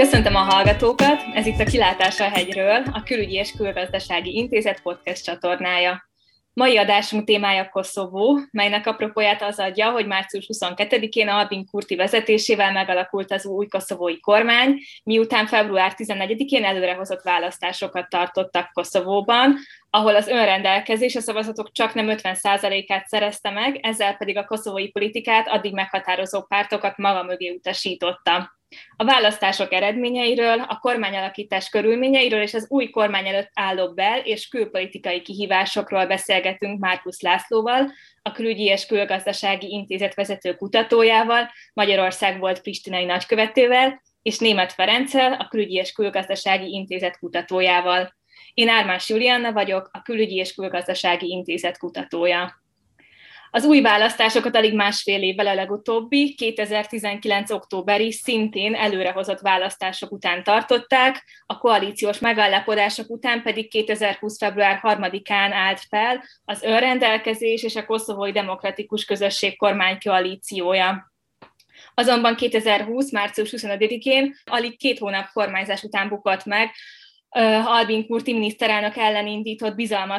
Köszöntöm a hallgatókat, ez itt a Kilátás a hegyről, a Külügyi és Külgazdasági Intézet podcast csatornája. Mai adásunk témája Koszovó, melynek apropóját az adja, hogy március 22-én Albin Kurti vezetésével megalakult az új koszovói kormány, miután február 14-én előrehozott választásokat tartottak Koszovóban, ahol az önrendelkezés a szavazatok csaknem 50%-át szerezte meg, ezzel pedig a koszovói politikát addig meghatározó pártokat maga mögé utasította. A választások eredményeiről, a kormányalakítás körülményeiről és az új kormány előtt álló bel- és külpolitikai kihívásokról beszélgetünk Márkusz Lászlóval, a Külügyi és Külgazdasági Intézet vezető kutatójával, Magyarország volt pristinai nagykövetével, és Németh Ferenccel, a Külügyi és Külgazdasági Intézet kutatójával. Én Ármás Julianna vagyok, a Külügyi és Külgazdasági Intézet kutatója. Az új választásokat alig másfél évvel a legutóbbi, 2019. októberi, szintén előrehozott választások után tartották, a koalíciós megállapodások után pedig 2020. február 3-án állt fel az önrendelkezés és a Koszovói Demokratikus Közösség kormánykoalíciója. Azonban 2020. március 25-én, alig 2 hónap kormányzás után bukott meg Albin Kurti miniszterelnök ellen indított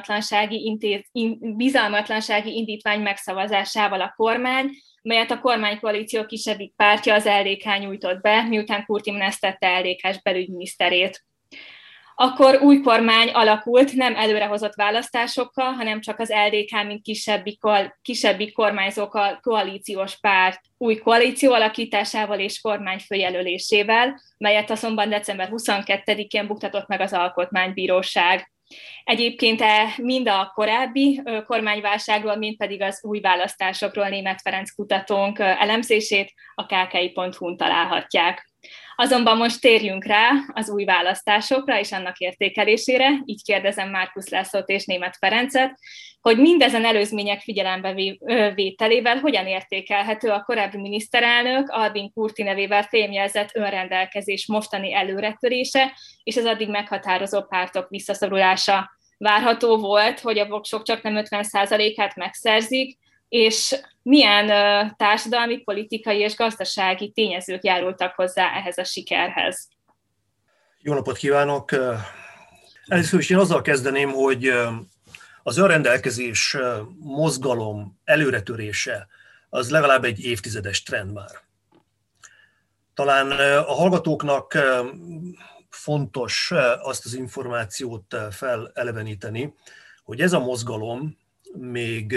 bizalmatlansági indítvány megszavazásával a kormány, melyet a kormánykoalíció kisebbik pártja, az LDK nyújtott be, miután Kurti menesztette LDK-s belügyminiszterét. Akkor új kormány alakult nem előrehozott választásokkal, hanem csak az LDK, mint kisebbik kormányzó koalíciós párt új koalíció alakításával és kormányfőjelölésével, melyet azonban december 22-én buktatott meg az Alkotmánybíróság. Egyébként mind a korábbi kormányválságról, mind pedig az új választásokról Németh Ferenc kutatónk elemzését a kki.hu-n találhatják. Azonban most térjünk rá az új választásokra és annak értékelésére, így kérdezem Márkusz Lászlót és Németh Ferencet, hogy mindezen előzmények figyelembe vételével hogyan értékelhető a korábbi miniszterelnök Albin Kurti nevével fémjelzett önrendelkezés mostani előretörése és az addig meghatározó pártok visszaszorulása. Várható volt, hogy a voksok csaknem 50%-át megszerzik, és milyen társadalmi, politikai és gazdasági tényezők járultak hozzá ehhez a sikerhez? Jó napot kívánok! Először is én azzal kezdeném, hogy az önrendelkezés mozgalom előretörése az legalább egy évtizedes trend már. Talán a hallgatóknak fontos azt az információt feleleveníteni, hogy ez a mozgalom még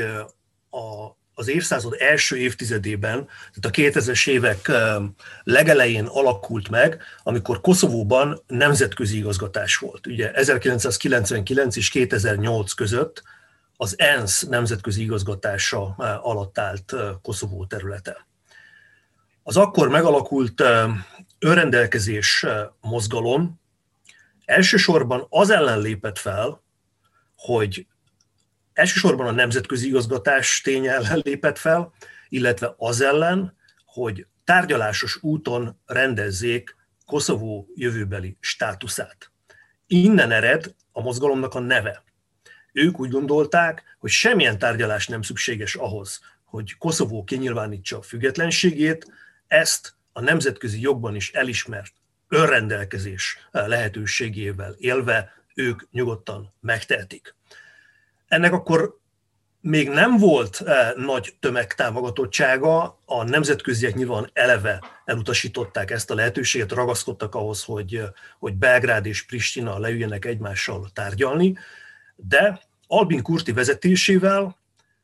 az évszázad első évtizedében, tehát a 2000-es évek legelején alakult meg, amikor Koszovóban nemzetközi igazgatás volt. Ugye 1999 és 2008 között az ENSZ nemzetközi igazgatása alatt állt Koszovó területe. Az akkor megalakult önrendelkezés mozgalom elsősorban az ellen lépett fel, hogy elsősorban a nemzetközi igazgatás ténye ellen lépett fel, illetve az ellen, hogy tárgyalásos úton rendezzék Koszovó jövőbeli státuszát. Innen ered a mozgalomnak a neve. Ők úgy gondolták, hogy semmilyen tárgyalás nem szükséges ahhoz, hogy Koszovó kinyilvánítsa a függetlenségét, ezt a nemzetközi jogban is elismert önrendelkezés lehetőségével élve ők nyugodtan megtehetik. Ennek akkor még nem volt nagy tömegtámogatottsága, a nemzetköziek nyilván eleve elutasították ezt a lehetőséget, ragaszkodtak ahhoz, hogy Belgrád és Pristina leüljenek egymással tárgyalni, de Albin Kurti vezetésével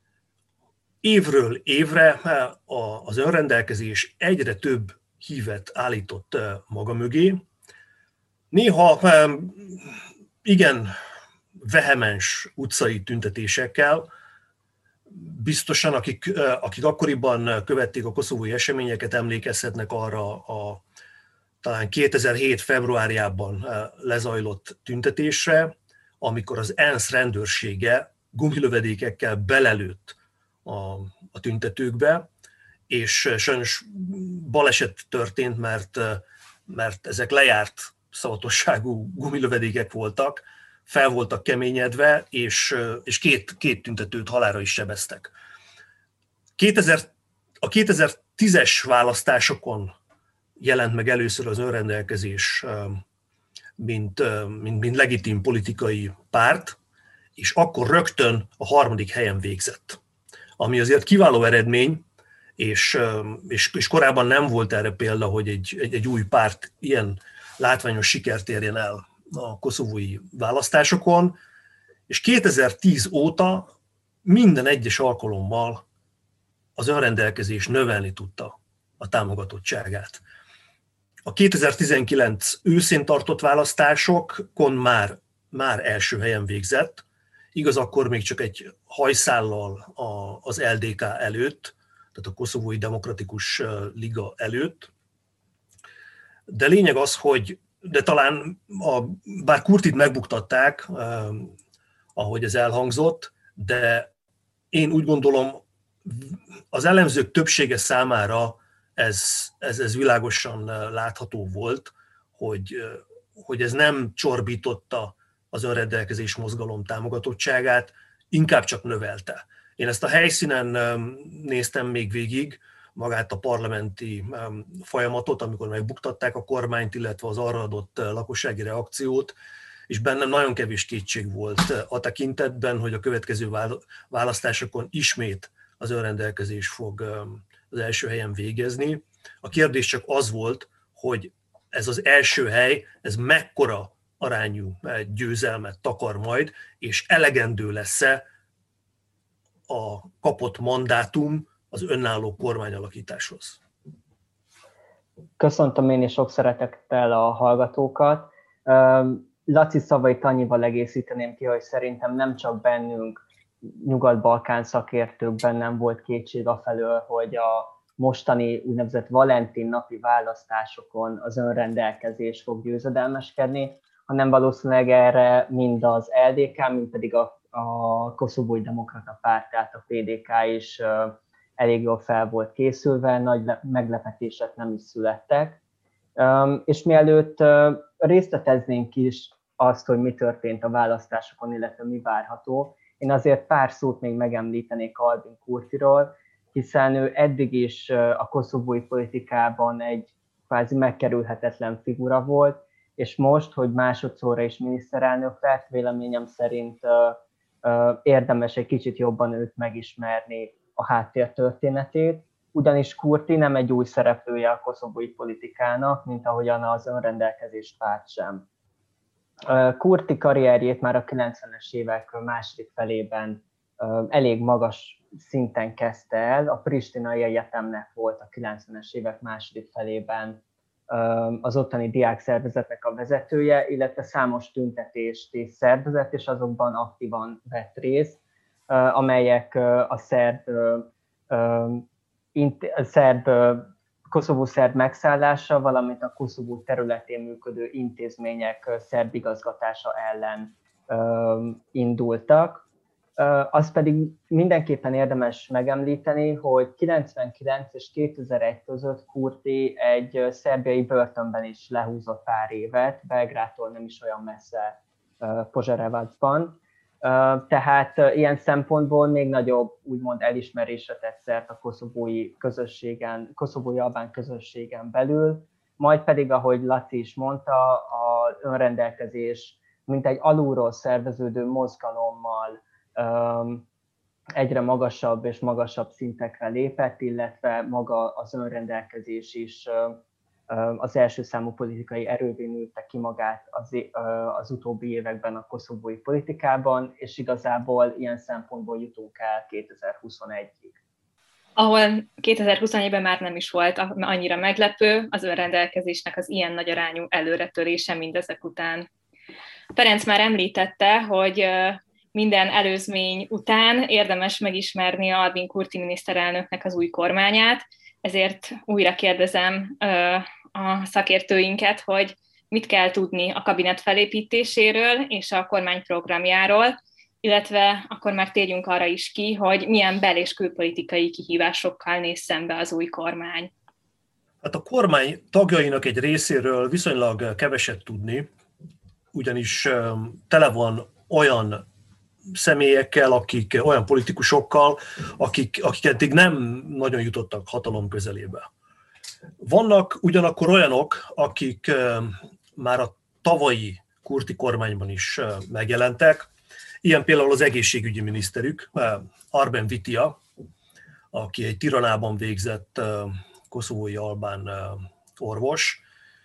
évről évre az önrendelkezés egyre több hívet állított maga mögé. Néha igen vehemens utcai tüntetésekkel. Biztosan, akik akkoriban követték a koszovói eseményeket, emlékezhetnek arra a talán 2007. februárjában lezajlott tüntetésre, amikor az ENSZ rendőrsége gumilövedékekkel belelőtt a tüntetőkbe, és sajnos baleset történt, mert ezek lejárt szavatosságú gumilövedékek voltak, fel voltak keményedve, és két tüntetőt halálra is sebeztek. A 2010-es választásokon jelent meg először az önrendelkezés, mint legitim politikai párt, és akkor rögtön a 3. helyen végzett. Ami azért kiváló eredmény, és korábban nem volt erre példa, hogy egy új párt ilyen látványos sikert érjen el a koszovói választásokon, és 2010 óta minden egyes alkalommal az önrendelkezés növelni tudta a támogatottságát. A 2019 őszén tartott választásokon már első helyen végzett, igaz, akkor még csak egy hajszállal az LDK előtt, tehát a Koszovói Demokratikus Liga előtt. De lényeg az, hogy bár Kurtit megbuktatták, ahogy ez elhangzott, de én úgy gondolom, az elemzők többsége számára ez világosan látható volt, hogy ez nem csorbította az önrendelkezés mozgalom támogatottságát, inkább csak növelte. Én ezt a helyszínen néztem még végig, magát a parlamenti folyamatot, amikor megbuktatták a kormányt, illetve az arra adott lakossági reakciót, és bennem nagyon kevés kétség volt a tekintetben, hogy a következő választásokon ismét az önrendelkezés fog az első helyen végezni. A kérdés csak az volt, hogy ez az első hely, ez mekkora arányú győzelmet takar majd, és elegendő lesz-e a kapott mandátum az önálló kormányalakításhoz. Köszöntöm én is sok szeretettel a hallgatókat. Laci szavait annyival egészíteném ki, hogy szerintem nem csak bennünk, nyugat-balkán szakértőkben nem volt kétség afelől, hogy a mostani úgynevezett Valentin napi választásokon az önrendelkezés fog győzedelmeskedni, hanem valószínűleg erre mind az LDK, mind pedig a Koszovói Demokrata Párt, tehát a PDK is elég jól fel volt készülve, nagy meglepetések nem is születtek. És mielőtt részleteznénk is azt, hogy mi történt a választásokon, illetve mi várható, én azért pár szót még megemlítenék Albin Kurtiról, hiszen ő eddig is a koszovói politikában egy kvázi megkerülhetetlen figura volt, és most, hogy másodszorra is miniszterelnök lett, véleményem szerint érdemes egy kicsit jobban őt megismerni, a háttértörténetét, ugyanis Kurti nem egy új szereplője a koszovói politikának, mint ahogyan az önrendelkezés párt sem. Kurti karrierjét már a 90-es évek második felében elég magas szinten kezdte el. A Pristinai Egyetemnek volt a 90-es évek második felében az ottani diákszervezetnek a vezetője, illetve számos tüntetést és szervezet, és azokban aktívan vett részt, amelyek a Koszovó szerb megszállása, valamint a Koszovó területén működő intézmények szerb igazgatása ellen indultak. Az pedig mindenképpen érdemes megemlíteni, hogy 99 és 2001 között Kurti egy szerbiai börtönben is lehúzott pár évet, Belgrádtól nem is olyan messze, Pozsarevacban. Tehát ilyen szempontból még nagyobb úgymond elismerésre tett szert a koszovói albán közösségen belül, majd pedig, ahogy Laci is mondta, az önrendelkezés mint egy alulról szerveződő mozgalommal egyre magasabb és magasabb szintekre lépett, illetve maga az önrendelkezés is az első számú politikai erővé nőtte ki magát az utóbbi években a koszovói politikában, és igazából ilyen szempontból jutunk el 2021-ig. Ahol 2021-ben már nem is volt annyira meglepő az önrendelkezésnek az ilyen nagy arányú előretörése mindezek után. Ferenc már említette, hogy minden előzmény után érdemes megismerni Albin Kurti miniszterelnöknek az új kormányát, ezért újra kérdezem a szakértőinket, hogy mit kell tudni a kabinet felépítéséről és a kormány programjáról, illetve akkor már térjünk arra is ki, hogy milyen bel- és külpolitikai kihívásokkal néz szembe az új kormány. Hát a kormány tagjainak egy részéről viszonylag keveset tudni, ugyanis tele van olyan személyekkel, olyan politikusokkal, akik eddig nem nagyon jutottak hatalom közelébe. Vannak ugyanakkor olyanok, akik már a tavalyi Kurti kormányban is megjelentek, ilyen például az egészségügyi miniszterük, Arben Vitia, aki egy Tiranában végzett koszovói albán orvos.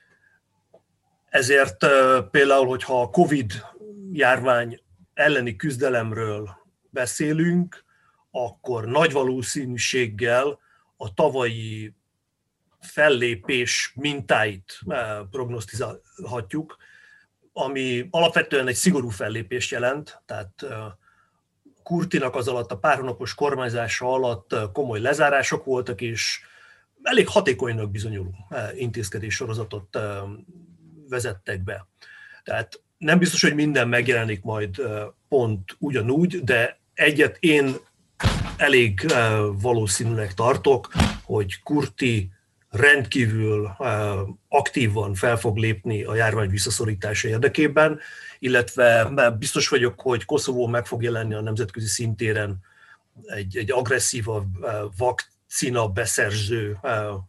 Ezért például, hogyha a Covid járvány elleni küzdelemről beszélünk, akkor nagy valószínűséggel a tavalyi fellépés mintáit prognosztizálhatjuk, ami alapvetően egy szigorú fellépést jelent, tehát Kurtinak az alatt, a pár hónapos kormányzása alatt komoly lezárások voltak, és elég hatékonynak bizonyuló intézkedéssorozatot vezettek be. Tehát nem biztos, hogy minden megjelenik majd pont ugyanúgy, de egyet én elég valószínűleg tartok, hogy Kurti rendkívül aktívan fel fog lépni a járvány visszaszorítása érdekében, illetve biztos vagyok, hogy Koszovó meg fog jelenni a nemzetközi szintéren egy agresszívabb vakcina beszerző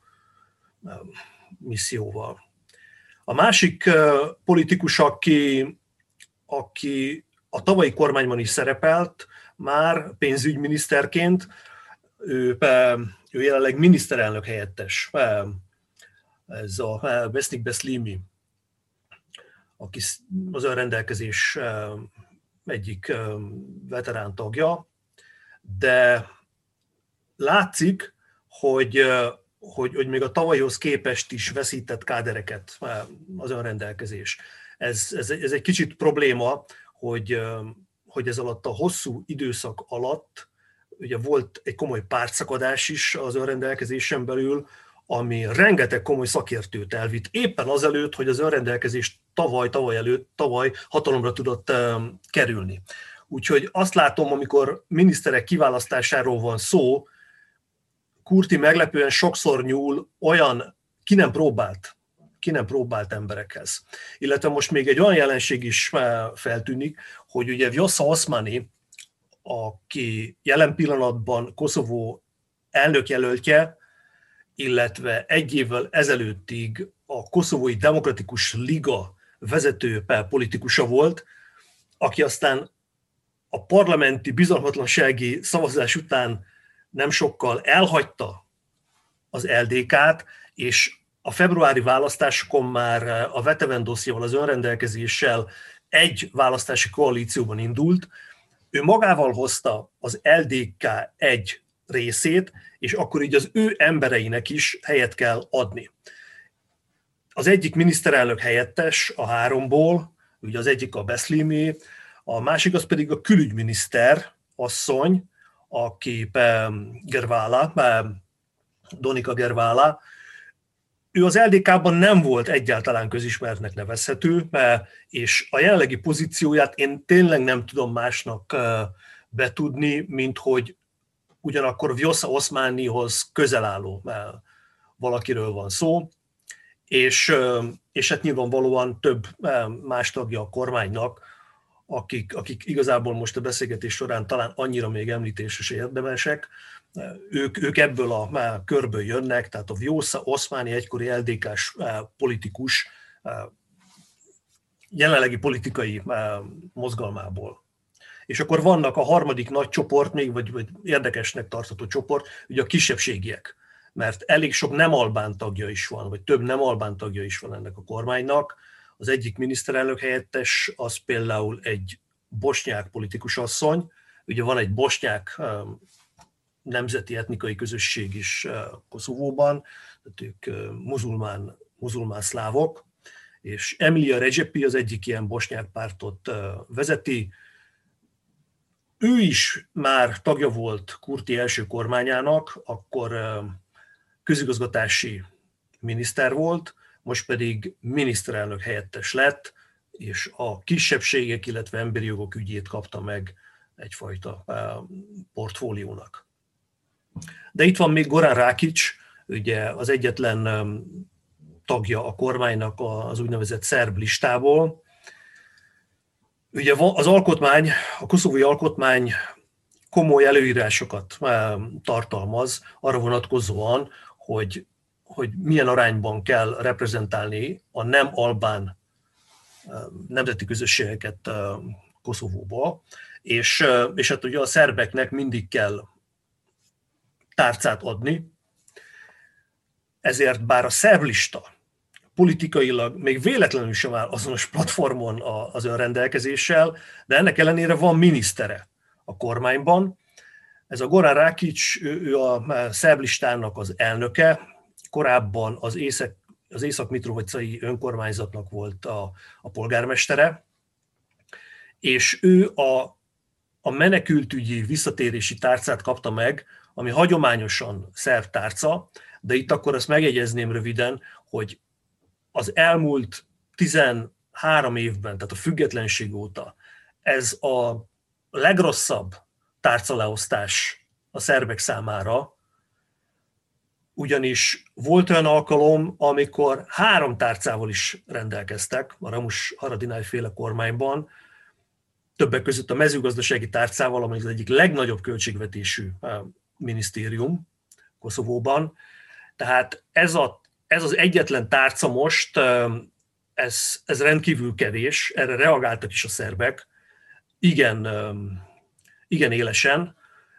misszióval. A másik politikus, aki a tavalyi kormányban is szerepelt, már pénzügyminiszterként, ő jelenleg miniszterelnök helyettes, ez a Besnik Beslimi, aki az önrendelkezés egyik veterán tagja, de látszik, hogy még a tavalyhoz képest is veszített kádereket az önrendelkezés. Ez egy kicsit probléma, hogy ez alatt a hosszú időszak alatt ugye volt egy komoly pártszakadás is az önrendelkezésen belül, ami rengeteg komoly szakértőt elvitt, éppen azelőtt, hogy az önrendelkezés tavaly hatalomra tudott kerülni. Úgyhogy azt látom, amikor miniszterek kiválasztásáról van szó, Kurti meglepően sokszor nyúl olyan ki nem próbált emberekhez. Illetve most még egy olyan jelenség is feltűnik, hogy ugye Vjosa Osmani, aki jelen pillanatban Koszovó elnökjelöltje, illetve egy évvel ezelőttig a Koszovói Demokratikus Liga vezető politikusa volt, aki aztán a parlamenti bizalmatlansági szavazás után nem sokkal elhagyta az LDK-t, és a februári választásokon már a Vetevendosszival, az önrendelkezéssel egy választási koalícióban indult. Ő magával hozta az LDK egy részét, és akkor így az ő embereinek is helyet kell adni. Az egyik miniszterelnök helyettes a háromból, ugye az egyik a Beslimi, a másik az pedig a külügyminiszter asszony, aki Donika Gervála. Ő az LDK-ban nem volt egyáltalán közismertnek nevezhető, és a jelenlegi pozícióját én tényleg nem tudom másnak betudni, mint hogy ugyanakkor Vjosa Osmanihoz közel álló valakiről van szó, és hát nyilvánvalóan több más tagja a kormánynak, akik igazából most a beszélgetés során talán annyira még említésre érdemesek, ők ebből a körből jönnek, tehát a Vjosa Osmani egykori LDK-s politikus jelenlegi politikai mozgalmából. És akkor vannak a harmadik nagy csoport, még vagy érdekesnek tartható csoport, ugye a kisebbségiek, mert elég sok nem albán tagja is van, vagy több nem albán tagja is van ennek a kormánynak. Az egyik miniszterelnök helyettes, az például egy bosnyák politikus asszony, ugye van egy bosnyák nemzeti etnikai közösség is Koszovóban, tehát ők muzulmán szlávok, és Emilia Recepi az egyik ilyen bosnyák pártot vezeti. Ő is már tagja volt Kurti első kormányának, akkor közigazgatási miniszter volt, most pedig miniszterelnök helyettes lett, és a kisebbségek, illetve emberi jogok ügyét kapta meg egyfajta portfóliónak. De itt van még Goran Rakic, ugye az egyetlen tagja a kormánynak az úgynevezett szerb listából. Ugye az alkotmány, a koszovói alkotmány komoly előírásokat tartalmaz arra vonatkozóan, hogy hogy milyen arányban kell reprezentálni a nem albán nemzeti közösségeket Koszovóba, és hát ugye a szerbeknek mindig kell tárcát adni, ezért bár a szerb lista politikailag még véletlenül sem áll azonos platformon az önrendelkezéssel, de ennek ellenére van minisztere a kormányban. Ez a Goran Rakić, ő a szerb listának az elnöke, korábban az Észak-Mitrovicai önkormányzatnak volt a polgármestere, és ő a menekültügyi visszatérési tárcát kapta meg, ami hagyományosan szerb tárca, de itt akkor azt megjegyezném röviden, hogy az elmúlt 13 évben, tehát a függetlenség óta ez a legrosszabb tárcaleosztás a szerbek számára, ugyanis volt olyan alkalom, amikor 3 tárcával is rendelkeztek a Ramus Haradinaj féle kormányban, többek között a mezőgazdasági tárcával, amely az egyik legnagyobb költségvetésű minisztérium Koszovóban. Tehát ez az egyetlen tárca most, ez rendkívül kevés, erre reagáltak is a szerbek, igen élesen,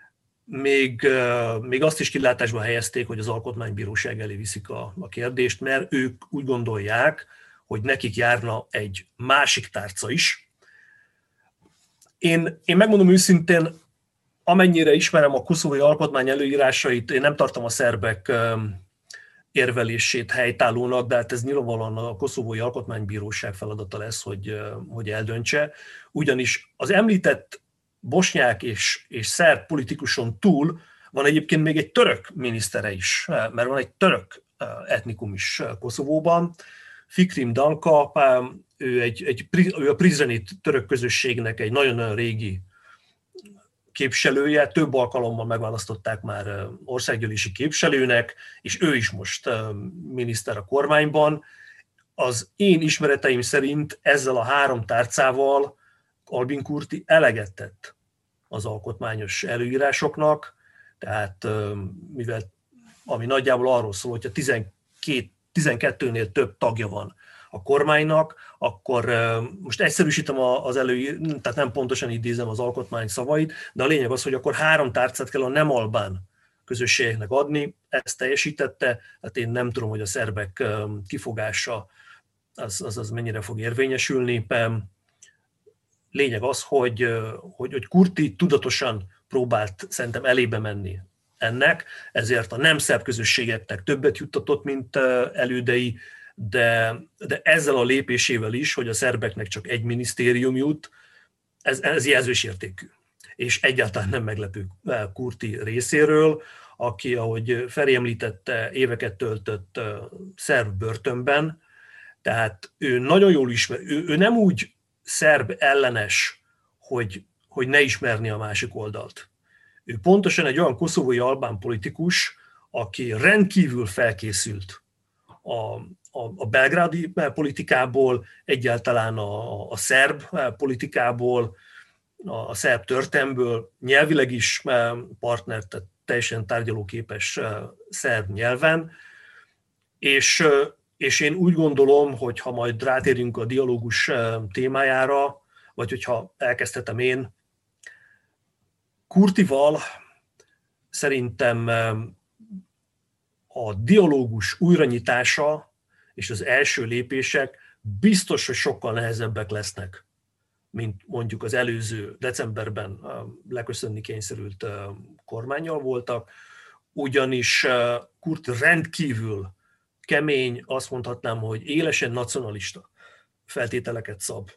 még azt is kilátásba helyezték, hogy az alkotmánybíróság elé viszik a kérdést, mert ők úgy gondolják, hogy nekik járna egy másik tárca is. Én megmondom őszintén, amennyire ismerem a koszovói alkotmány előírásait, én nem tartom a szerbek érvelését helytállónak, de hát ez nyilvánvalóan a koszovói alkotmánybíróság feladata lesz, hogy eldöntse. Ugyanis az említett bosnyák és szerb politikuson túl van egyébként még egy török minisztere is, mert van egy török etnikum is Koszovóban. Fikrim Danka, ő a Prizrenit török közösségnek egy nagyon-nagyon régi képviselője, több alkalommal megválasztották már országgyűlési képviselőnek, és ő is most miniszter a kormányban. Az én ismereteim szerint ezzel a 3 tárcával Albin Kurti eleget tett az alkotmányos előírásoknak, tehát mivel ami nagyjából arról szól, hogyha 12-nél több tagja van a kormánynak, akkor most egyszerűsítem tehát nem pontosan idézem az alkotmány szavait, de a lényeg az, hogy akkor 3 tárcát kell a nem albán közösségeknek adni, ezt teljesítette, hát én nem tudom, hogy a szerbek kifogása az mennyire fog érvényesülni. Lényeg az, hogy Kurti tudatosan próbált szerintem elébe menni ennek, ezért a nem szerb közösségeknek többet juttatott, mint elődei, de ezzel a lépésével is, hogy a szerbeknek csak egy minisztérium jut, ez jelzős értékű. És egyáltalán nem meglepő Kurti részéről, aki, ahogy Feri említette, éveket töltött szerb börtönben, tehát ő nagyon jól ismer, ő nem úgy szerb ellenes, hogy ne ismerni a másik oldalt. Ő pontosan egy olyan koszovói albán politikus, aki rendkívül felkészült a belgrádi politikából, egyáltalán a szerb politikából, a szerb történelmből, nyelvileg is partner, tehát teljesen tárgyalóképes szerb nyelven, és én úgy gondolom, hogy ha majd rátérünk a dialógus témájára, vagy hogyha elkezdhetem én, Kurtival szerintem a dialógus újranyitása és az első lépések biztos, hogy sokkal nehezebbek lesznek, mint mondjuk az előző decemberben leköszönni kényszerült kormánnyal voltak, ugyanis Kurti rendkívül kemény, azt mondhatnám, hogy élesen nacionalista feltételeket szab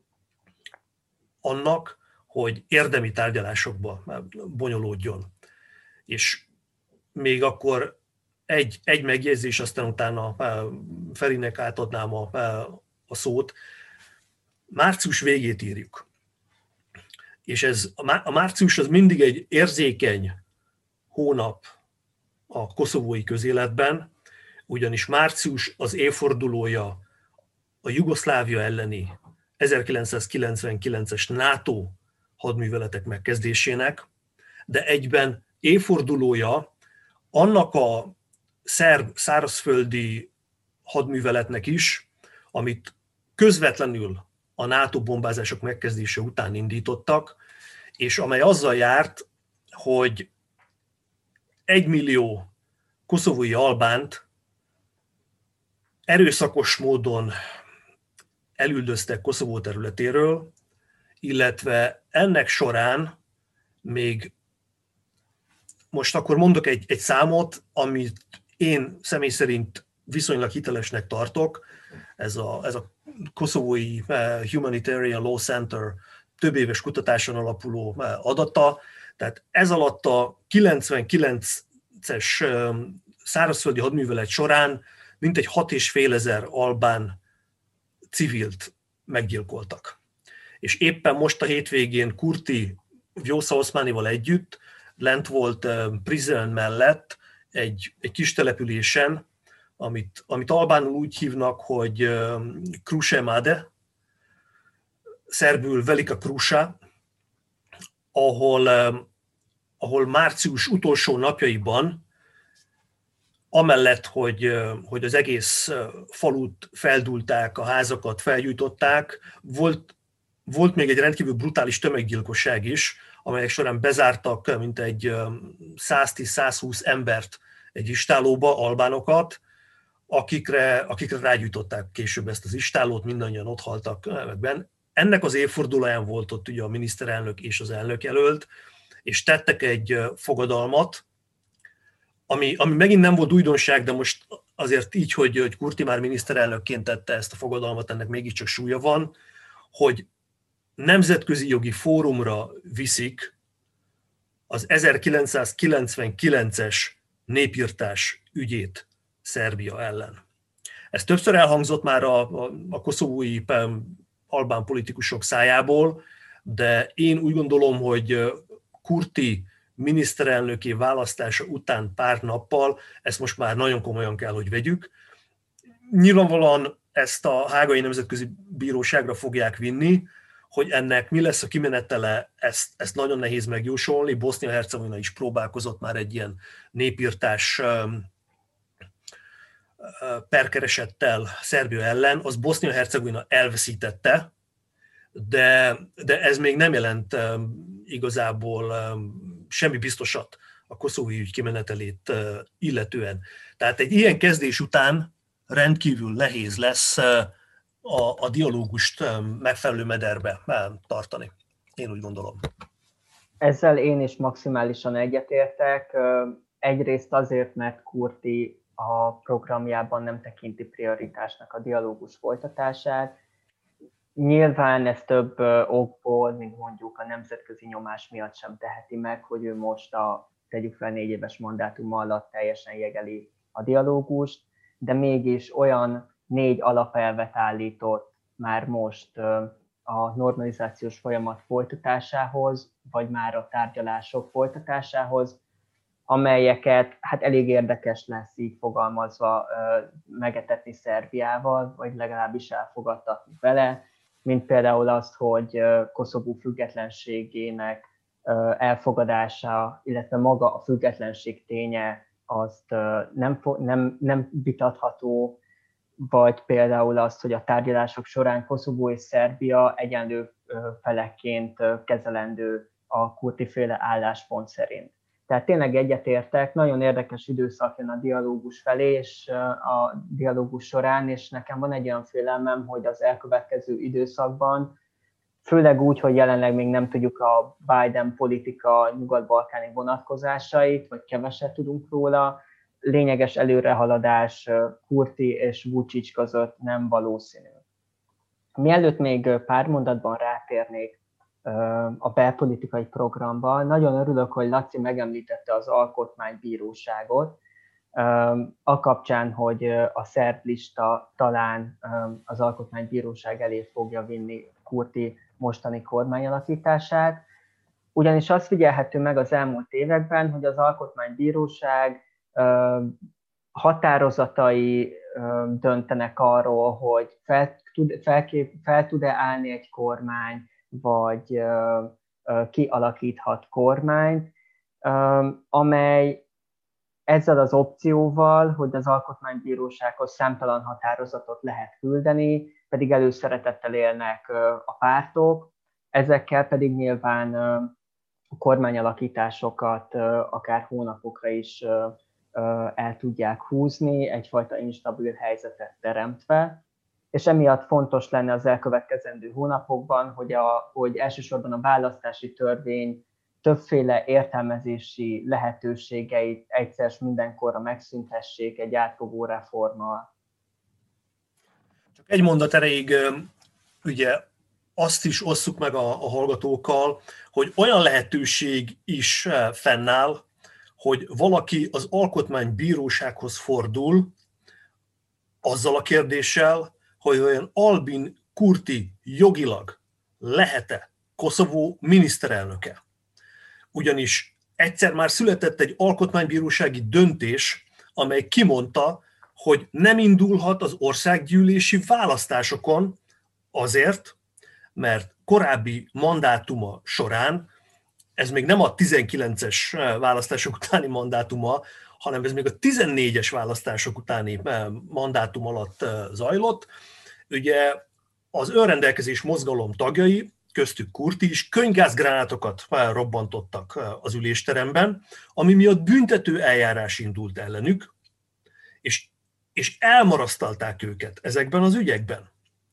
annak, hogy érdemi tárgyalásokba bonyolódjon. És még akkor egy megjegyzés, aztán utána Ferinek átadnám a szót. Március végét írjuk. És a március az mindig egy érzékeny hónap a koszovói közéletben, ugyanis március az évfordulója a Jugoszlávia elleni 1999-es NATO hadműveletek megkezdésének, de egyben évfordulója annak a szerb szárazföldi hadműveletnek is, amit közvetlenül a NATO bombázások megkezdése után indítottak, és amely azzal járt, hogy 1 millió koszovói albánt erőszakos módon elüldöztek Koszovó területéről, illetve ennek során még most akkor mondok egy számot, amit én személy szerint viszonylag hitelesnek tartok. Ez a koszovói Humanitarian Law Center több éves kutatáson alapuló adata. Tehát ez alatt a 99-es szárazföldi hadművelet során mintegy 6500 albán civilt meggyilkoltak. És éppen most a hétvégén Kurti Vjosa Oszmánival együtt lent volt Prizren mellett egy kis településen, amit albánul úgy hívnak, hogy Kruše Made, szerbül Velika Kruša, ahol március utolsó napjaiban, amellett, hogy az egész falut feldúlták, a házakat felgyújtották, volt még egy rendkívül brutális tömeggyilkosság is, amelyek során bezártak mintegy 110-120 embert egy istállóba, albánokat, akikre rágyújtották később ezt az istálót, mindannyian ott haltak meg. Ennek az évfordulóján volt ott ugye a miniszterelnök és az elnökjelölt, és tettek egy fogadalmat, ami megint nem volt újdonság, de most azért így, hogy Kurti már miniszterelnökként tette ezt a fogadalmat, ennek mégiscsak súlya van, hogy nemzetközi jogi fórumra viszik az 1999-es népirtás ügyét Szerbia ellen. Ez többször elhangzott már a koszovói albán politikusok szájából, de én úgy gondolom, hogy Kurti miniszterelnöki választása után pár nappal ezt most már nagyon komolyan kell, hogy vegyük. Nyilvánvalóan ezt a Hágai Nemzetközi Bíróságra fogják vinni, hogy ennek mi lesz a kimenetele, ezt nagyon nehéz megjósolni. Bosznia-Hercegovina is próbálkozott már egy ilyen népirtás perkeresettel Szerbia ellen, az Bosznia-Hercegovina elveszítette, de ez még nem jelent igazából semmi biztosat a koszovói ügy kimenetelét illetően. Tehát egy ilyen kezdés után rendkívül nehéz lesz a dialógust megfelelő mederbe tartani. Én úgy gondolom. Ezzel én is maximálisan egyetértek. Egyrészt azért, mert Kurti a programjában nem tekinti prioritásnak a dialógus folytatását. Nyilván ez több okból, mint mondjuk a nemzetközi nyomás miatt sem teheti meg, hogy ő most tegyük fel 4 éves mandátum alatt teljesen jegeli a dialógust, de mégis olyan 4 alapelvet állított már most a normalizációs folyamat folytatásához, vagy már a tárgyalások folytatásához, amelyeket hát elég érdekes lesz így fogalmazva megetetni Szerbiával, vagy legalábbis elfogadtatni vele, mint például azt, hogy Koszovó függetlenségének elfogadása, illetve maga a függetlenség ténye azt nem vitatható, vagy például azt, hogy a tárgyalások során Koszovó és Szerbia egyenlő felekként kezelendő a kurtiféle álláspont szerint. Tehát tényleg egyetértek, nagyon érdekes időszak jön a dialógus felé, és a dialógus során, és nekem van egy olyan félelmem, hogy az elkövetkező időszakban, főleg úgy, hogy jelenleg még nem tudjuk a Biden politika nyugat-balkáni vonatkozásait, vagy keveset tudunk róla, lényeges előrehaladás Kurti és Vučić között nem valószínű. Mielőtt még pár mondatban rátérnék a belpolitikai programban, nagyon örülök, hogy Laci megemlítette az Alkotmánybíróságot, a kapcsán, hogy a szerb lista talán az Alkotmánybíróság elé fogja vinni Kurti mostani kormányalakítását, ugyanis azt figyelhető meg az elmúlt években, hogy az Alkotmánybíróság határozatai döntenek arról, hogy fel tud-e állni egy kormány, vagy kialakíthat kormányt, amely ezzel az opcióval, hogy az alkotmánybírósághoz számtalan határozatot lehet küldeni, pedig előszeretettel élnek a pártok, ezekkel pedig nyilván a kormányalakításokat akár hónapokra is el tudják húzni, egyfajta instabil helyzetet teremtve, és emiatt fontos lenne az elkövetkezendő hónapokban, hogy elsősorban a választási törvény többféle értelmezési lehetőségeit egyszer mindenkorra megszüntessék egy átfogó reformmal. Csak egy mondat erejéig, ugye azt is osszuk meg a hallgatókkal, hogy olyan lehetőség is fennáll, hogy valaki az alkotmánybírósághoz fordul azzal a kérdéssel, hogy olyan Albin Kurti jogilag lehet-e Koszovó miniszterelnöke. Ugyanis egyszer már született egy alkotmánybírósági döntés, amely kimondta, hogy nem indulhat az országgyűlési választásokon azért, mert korábbi mandátuma során, ez még nem a 19-es választások utáni mandátuma, hanem ez még a 14-es választások utáni mandátum alatt zajlott. Ugye az önrendelkezés mozgalom tagjai, köztük Kurti is, könygázgránátokat robbantottak az ülésteremben, ami miatt büntető eljárás indult ellenük, és elmarasztalták őket ezekben az ügyekben.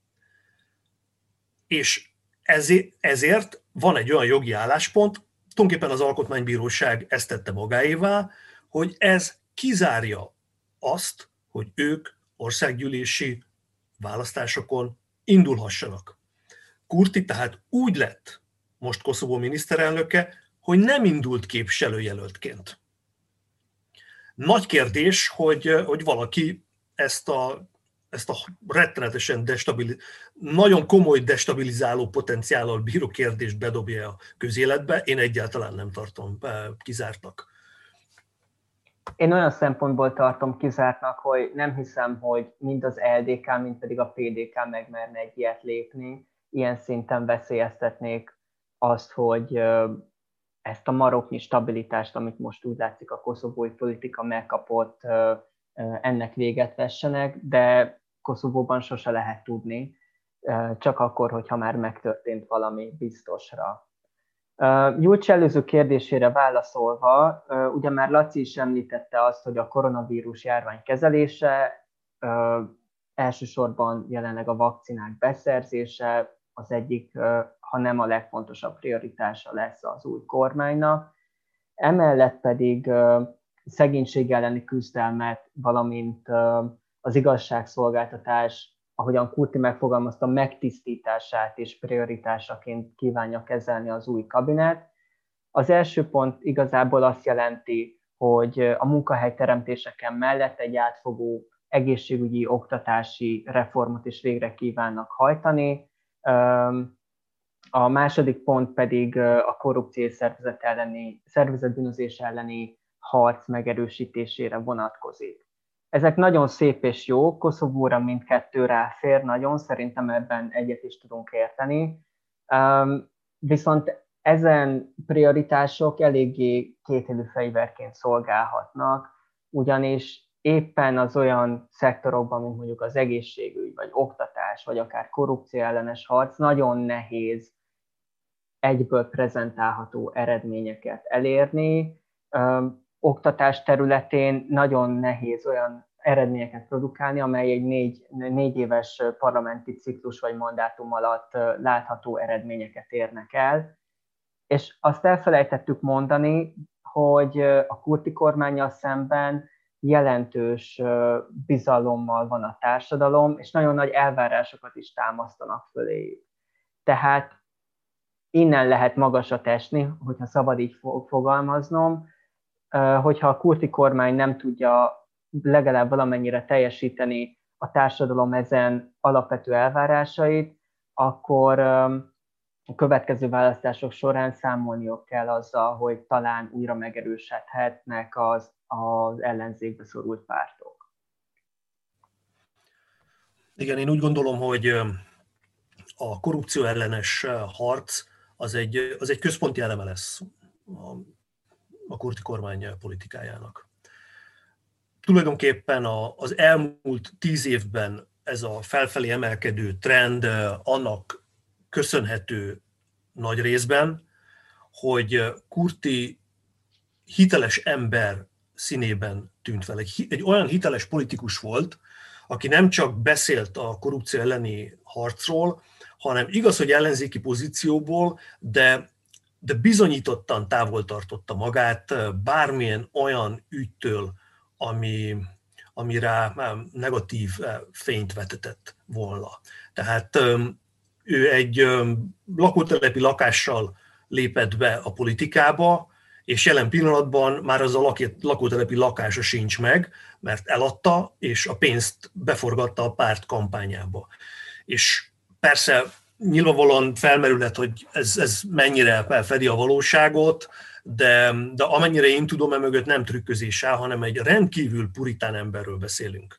És ezért van egy olyan jogi álláspont, tulajdonképpen az Alkotmánybíróság ezt tette magáévá, hogy ez kizárja azt, hogy ők országgyűlési választásokon indulhassanak. Kurti tehát úgy lett most Koszovó miniszterelnöke, hogy nem indult képviselőjelöltként. Nagy kérdés, hogy valaki ezt a rettenetesen nagyon komoly destabilizáló potenciállal bíró kérdést bedobja a közéletbe, én egyáltalán nem tartom kizártnak. Én olyan szempontból tartom kizártnak, hogy nem hiszem, hogy mind az LDK, mind pedig a PDK megmerne egy ilyet lépni. Ilyen szinten veszélyeztetnék azt, hogy ezt a maroknyi stabilitást, amit most úgy látszik a koszovói politika megkapott, ennek véget vessenek, de Koszovóban sose lehet tudni, csak akkor, hogyha már megtörtént valami biztosra. Julcs előző kérdésére válaszolva, ugye már Laci is említette azt, hogy a koronavírus járvány kezelése, elsősorban jelenleg a vakcinák beszerzése az egyik, ha nem a legfontosabb prioritása lesz az új kormánynak. Emellett pedig szegénység elleni küzdelmet, valamint az igazságszolgáltatás, ahogyan Kurti megfogalmazta, megtisztítását és prioritásaként kívánja kezelni az új kabinet. Az első pont igazából azt jelenti, hogy a munkahelyteremtéseken mellett egy átfogó egészségügyi, oktatási reformot is végre kívánnak hajtani. A második pont pedig a korrupció és szervezetbűnözés elleni harc megerősítésére vonatkozik. Ezek nagyon szép és jó, Koszovóra mindkettő ráfér, nagyon, szerintem ebben egyet is tudunk érteni. Viszont ezen prioritások eléggé kétélű fegyverként szolgálhatnak, ugyanis éppen az olyan szektorokban, mint mondjuk az egészségügy, vagy oktatás, vagy akár korrupció ellenes harc, nagyon nehéz egyből prezentálható eredményeket elérni. Oktatás területén nagyon nehéz olyan eredményeket produkálni, amely egy négy éves parlamenti ciklus vagy mandátum alatt látható eredményeket érnek el. És azt elfelejtettük mondani, hogy a Kurti kormánnyal szemben jelentős bizalommal van a társadalom, és nagyon nagy elvárásokat is támasztanak föléjük. Tehát innen lehet magasat esni, hogyha szabad így fogalmaznom, hogyha a Kurti kormány nem tudja legalább valamennyire teljesíteni a társadalom ezen alapvető elvárásait, akkor a következő választások során számolniuk kell azzal, hogy talán újra megerősödhetnek az ellenzékbe szorult pártok. Igen, én úgy gondolom, hogy a korrupció ellenes harc az egy központi eleme lesz a kurti kormány politikájának. tulajdonképpen az elmúlt 10 évben ez a felfelé emelkedő trend annak köszönhető nagy részben, hogy Kurti hiteles ember színében tűnt fel. Egy olyan hiteles politikus volt, aki nem csak beszélt a korrupció elleni harcról, hanem igaz, hogy ellenzéki pozícióból, de bizonyítottan távol tartotta magát bármilyen olyan ügytől, ami rá negatív fényt vetetett volna. Tehát ő egy lakótelepi lakással lépett be a politikába, és jelen pillanatban már az a lakótelepi lakása sincs meg, mert eladta, és a pénzt beforgatta a párt kampányába. És persze nyilvánvalóan felmerülhet, hogy ez mennyire fedi a valóságot, de amennyire én tudom, emögött nem trükközés áll, hanem egy rendkívül puritán emberről beszélünk,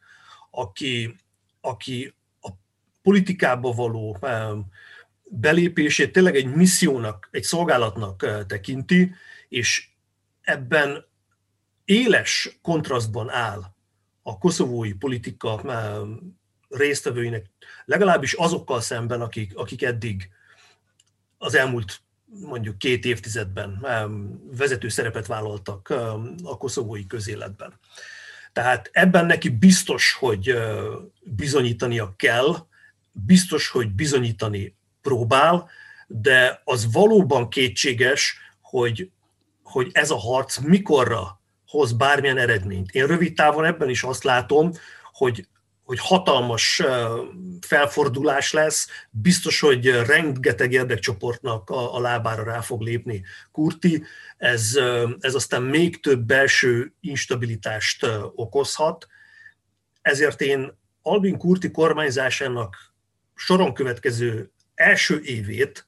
aki a politikába való belépését tényleg egy missziónak, egy szolgálatnak tekinti, és ebben éles kontrasztban áll a koszovói politika résztvevőinek, legalábbis azokkal szemben, akik eddig az elmúlt mondjuk 2 évtizedben vezető szerepet vállaltak a koszovói közéletben. Tehát ebben neki biztos, hogy bizonyítania kell, biztos, hogy bizonyítani próbál, de az valóban kétséges, hogy ez a harc mikorra hoz bármilyen eredményt. Én rövid távon ebben is azt látom, hogy hatalmas felfordulás lesz, biztos, hogy rengeteg érdekcsoportnak a lábára rá fog lépni Kurti, ez aztán még több belső instabilitást okozhat, ezért én Albin Kurti kormányzásának soron következő első évét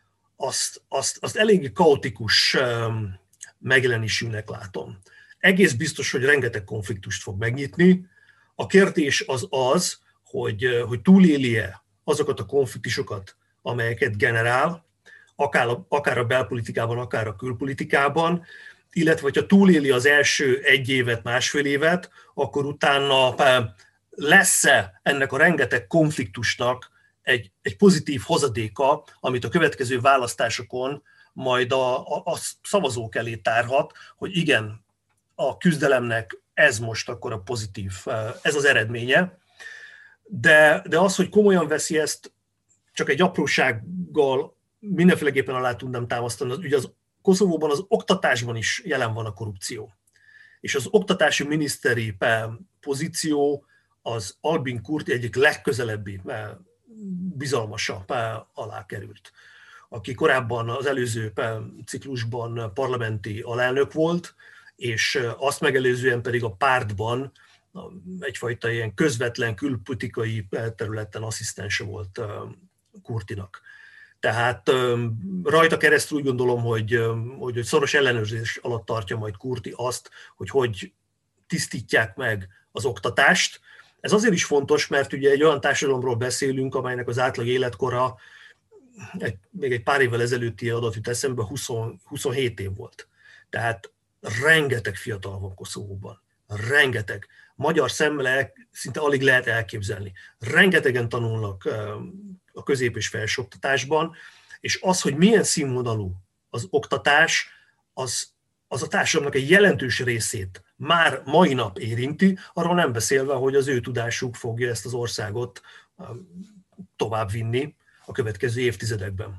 azt eléggé kaotikus megjelenésűnek látom. Egész biztos, hogy rengeteg konfliktust fog megnyitni. A kérdés az, hogy túléli-e azokat a konfliktusokat, amelyeket generál, akár a belpolitikában, akár a külpolitikában, illetve ha túléli az első 1 évet, másfél évet, akkor utána lesz-e ennek a rengeteg konfliktusnak egy pozitív hozadéka, amit a következő választásokon majd a szavazók elé tárhat, hogy igen, a küzdelemnek ez most akkor a pozitív, ez az eredménye. De az, hogy komolyan veszi ezt, csak egy aprósággal mindenféleképpen alá tudnám támasztani. Ugye az Koszovóban az oktatásban is jelen van a korrupció. És az oktatási miniszteri pozíció az Albin Kurti egyik legközelebbi bizalmasa alá került, aki korábban az előző ciklusban parlamenti alelnök volt, és azt megelőzően pedig a pártban egyfajta ilyen közvetlen külpolitikai területen asszisztense volt Kurtinak. Tehát rajta keresztül úgy gondolom, hogy szoros ellenőrzés alatt tartja majd Kurti azt, hogy tisztítják meg az oktatást. Ez azért is fontos, mert ugye egy olyan társadalomról beszélünk, amelynek az átlag életkora még egy pár évvel ezelőtti adat jut eszembe, 27 év volt. Tehát rengeteg fiatal van Koszovóban. Rengeteg. Magyar szemmel szinte alig lehet elképzelni. Rengetegen tanulnak a közép- és felsőoktatásban, és az, hogy milyen színvonalú az oktatás, az a társadalomnak egy jelentős részét már mai nap érinti, arról nem beszélve, hogy az ő tudásuk fogja ezt az országot továbbvinni a következő évtizedekben.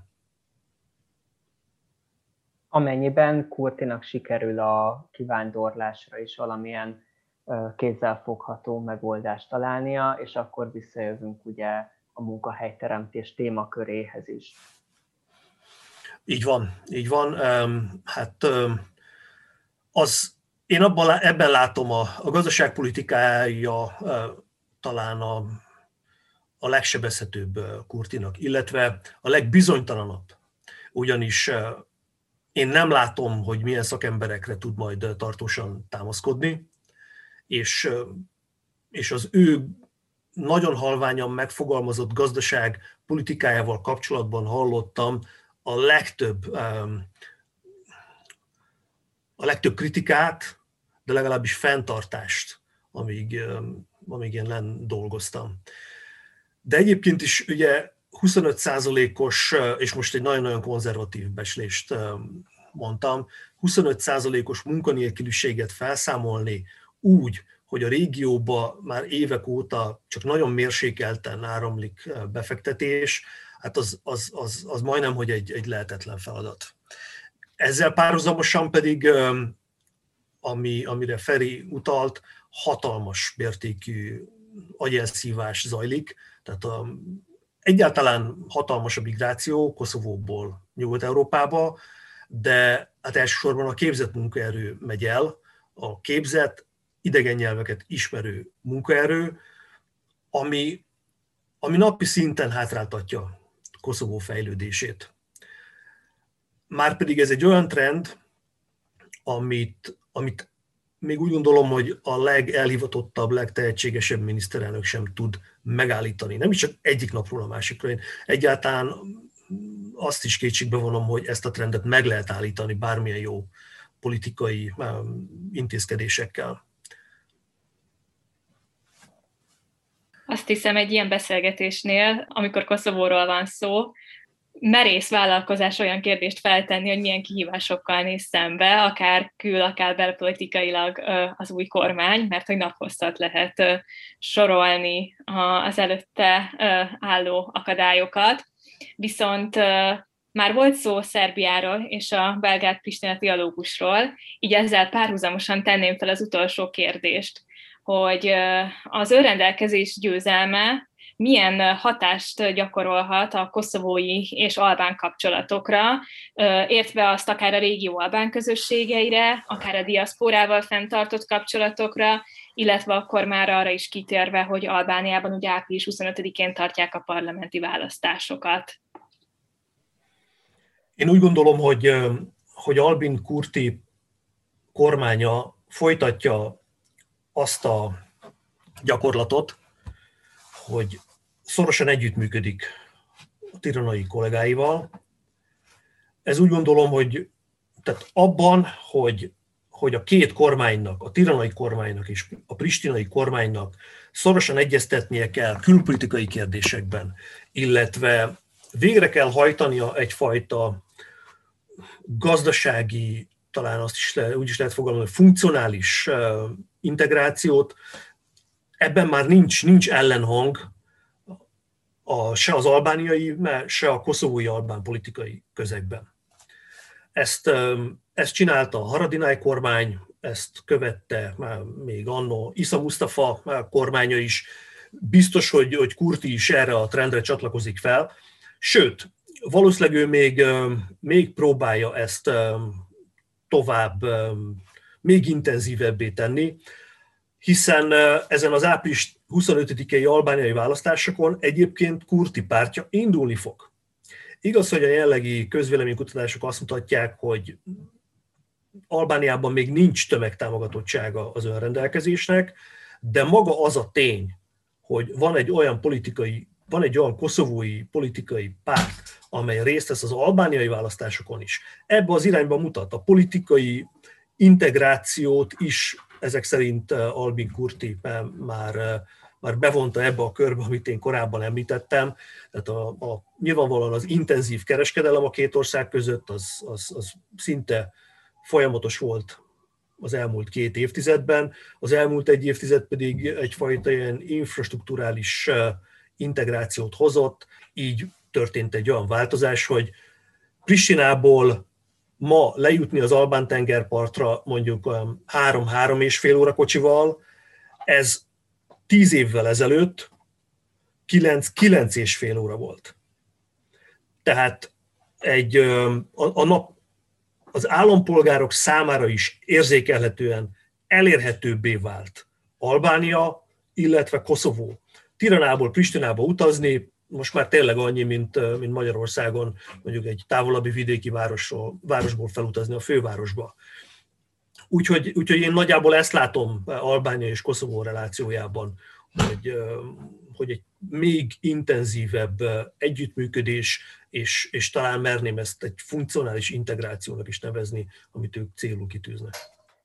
Amennyiben Kurtinak sikerül a kivándorlásra is valamilyen kézzelfogható megoldást találnia, és akkor visszajövünk ugye a munkahelyteremtés témaköréhez is. Így van. Hát én ebben látom a gazdaságpolitikája talán a legsebezhetőbb Kurtinak, illetve a legbizonytalanabb. Ugyanis én nem látom, hogy milyen szakemberekre tud majd tartósan támaszkodni, és az ő nagyon halványan megfogalmazott gazdaság politikájával kapcsolatban hallottam a legtöbb kritikát, de legalábbis fenntartást amíg én lenn dolgoztam. De egyébként is ugye 25%-os, és most egy nagyon-nagyon konzervatív becslést mondtam, 25%-os munkanélküliséget felszámolni úgy, hogy a régióba már évek óta csak nagyon mérsékelten áramlik befektetés, hát az majdnem, hogy egy lehetetlen feladat. Ezzel párhuzamosan pedig, amire Feri utalt, hatalmas mértékű agyelszívás zajlik, tehát egyáltalán hatalmas a migráció Koszovóból Nyugat-Európába, de hát elsősorban a képzett munkaerő megy el, a képzett, idegen nyelveket ismerő munkaerő, ami napi szinten hátráltatja Koszovó fejlődését. Márpedig ez egy olyan trend, amit még úgy gondolom, hogy a legelhivatottabb, legtehetségesebb miniszterelnök sem tud megállítani. Nem is csak egyik napról a másikra. Én egyáltalán azt is kétségbe vonom, hogy ezt a trendet meg lehet állítani bármilyen jó politikai intézkedésekkel. Azt hiszem, egy ilyen beszélgetésnél, amikor Koszovóról van szó, merész vállalkozás olyan kérdést feltenni, hogy milyen kihívásokkal néz szembe, akár akár belpolitikailag az új kormány, mert hogy naphosszat lehet sorolni az előtte álló akadályokat. Viszont már volt szó Szerbiáról és a belgrád-pristina dialógusról, így ezzel párhuzamosan tenném fel az utolsó kérdést, hogy az önrendelkezés győzelme milyen hatást gyakorolhat a koszovói és albán kapcsolatokra, értve azt akár a régió albán közösségeire, akár a diaszpórával fenntartott kapcsolatokra, illetve akkor már arra is kitérve, hogy Albániában ugye április 25-én tartják a parlamenti választásokat. Én úgy gondolom, hogy Albin Kurti kormánya folytatja azt a gyakorlatot, hogy szorosan együttműködik a tiranai kollégáival. Ez úgy gondolom, hogy tehát abban, hogy a két kormánynak, a tiranai kormánynak és a pristinai kormánynak szorosan egyeztetnie kell külpolitikai kérdésekben, illetve végre kell hajtania egyfajta gazdasági, talán azt is úgy is lehet fogalmazni, funkcionális integrációt. Ebben már nincs ellenhang se az albániai, se a koszovói albán politikai közegben. Ezt csinálta a Haradinaj kormány, ezt követte már még anno Isa Mustafa kormánya is. Biztos, hogy Kurti is erre a trendre csatlakozik fel. Sőt, valószínűleg ő még próbálja ezt tovább, még intenzívebbé tenni, hiszen ezen az április 25-i albániai választásokon egyébként Kurti pártja indulni fog. Igaz, hogy a jelenlegi közvéleménykutatások azt mutatják, hogy Albániában még nincs tömegtámogatottsága az önrendelkezésnek, de maga az a tény, hogy van egy olyan koszovói politikai párt, amely részt vesz az albániai választásokon is. Ebbe az irányba mutat. A politikai integrációt is ezek szerint Albin Kurti már bevonta ebbe a körbe, amit én korábban említettem. Tehát nyilvánvalóan az intenzív kereskedelem a két ország között az szinte folyamatos volt az elmúlt 2 évtizedben. Az elmúlt 1 évtized pedig egyfajta ilyen infrastrukturális integrációt hozott, így történt egy olyan változás, hogy Pristinából ma lejutni az albán tengerpartra mondjuk 3-3,5 óra kocsival, ez 10 évvel ezelőtt 9,5 óra volt. Tehát az állampolgárok számára is érzékelhetően elérhetőbbé vált Albánia, illetve Koszovó. Tiranából Pristinába utazni most már tényleg annyi, mint Magyarországon mondjuk egy távolabbi vidéki városból felutazni a fővárosba. Úgyhogy én nagyjából ezt látom Albánia és Koszovó relációjában, hogy egy még intenzívebb együttműködés, és talán merném ezt egy funkcionális integrációnak is nevezni, amit ők célul kitűznek.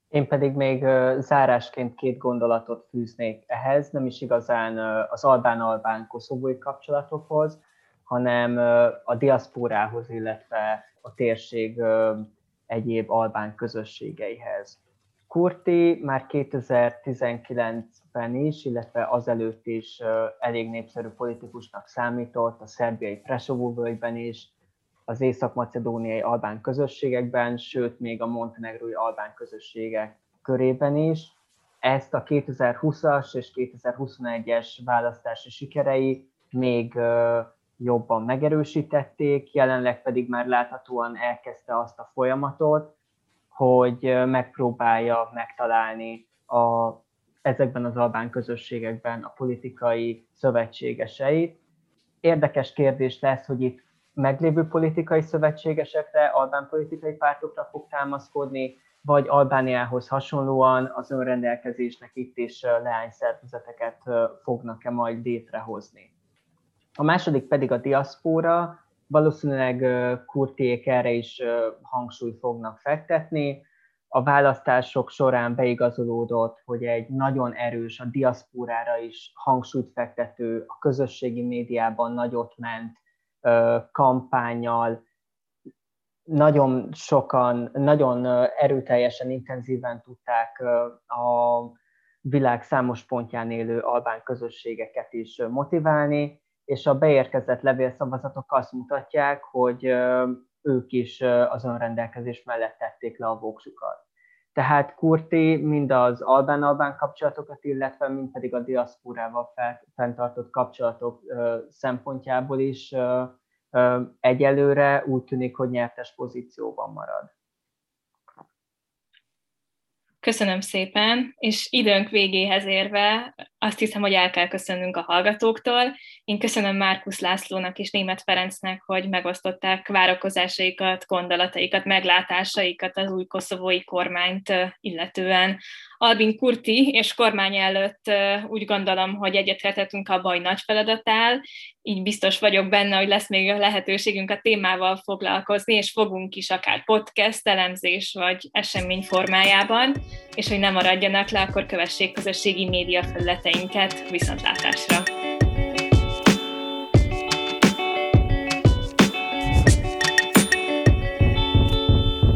Én pedig még zárásként 2 gondolatot fűznék ehhez, nem is igazán az albán-albán koszovói kapcsolatokhoz, hanem a diaszpórához, illetve a térség egyéb albán közösségeihez. Kurti már 2019-ben is, illetve azelőtt is elég népszerű politikusnak számított, a szerbiai Prešovó-völgyben is, az észak-macedóniai albán közösségekben, sőt még a montenegrói albán közösségek körében is. Ezt a 2020-as és 2021-es választási sikerei még jobban megerősítették, jelenleg pedig már láthatóan elkezdte azt a folyamatot, hogy megpróbálja megtalálni ezekben az albán közösségekben a politikai szövetségeseit. Érdekes kérdés lesz, hogy itt meglévő politikai szövetségesekre, albán politikai pártokra fog támaszkodni, vagy Albániához hasonlóan az önrendelkezésnek itt is leányszervezeteket fognak-e majd létrehozni. A második pedig a diaszpóra, valószínűleg Kurtiék erre is hangsúlyt fognak fektetni. A választások során beigazolódott, hogy egy nagyon erős, a diaszpórára is hangsúlyt fektető, a közösségi médiában nagyot ment kampánnyal, nagyon sokan, nagyon erőteljesen, intenzíven tudták a világ számos pontján élő albán közösségeket is motiválni, és a beérkezett levélszavazatok azt mutatják, hogy ők is az önrendelkezés mellett tették le a voksukat. Tehát Kurti mind az albán-albán kapcsolatokat, illetve mind pedig a diaszpórával fenntartott kapcsolatok szempontjából is egyelőre úgy tűnik, hogy nyertes pozícióban marad. Köszönöm szépen, és időnk végéhez érve azt hiszem, hogy el kell köszönnünk a hallgatóktól. Én köszönöm Márkusz Lászlónak és Németh Ferencnek, hogy megosztották várakozásaikat, gondolataikat, meglátásaikat az új koszovói kormányt illetően. Albin Kurti és kormány előtt úgy gondolom, hogy egyetértettünk abban, hogy nagy feladat áll, így biztos vagyok benne, hogy lesz még lehetőségünk a témával foglalkozni, és fogunk is akár podcast, elemzés vagy esemény formájában, és hogy ne maradjanak le, akkor kövessék közösségi média felületeinket. Viszontlátásra!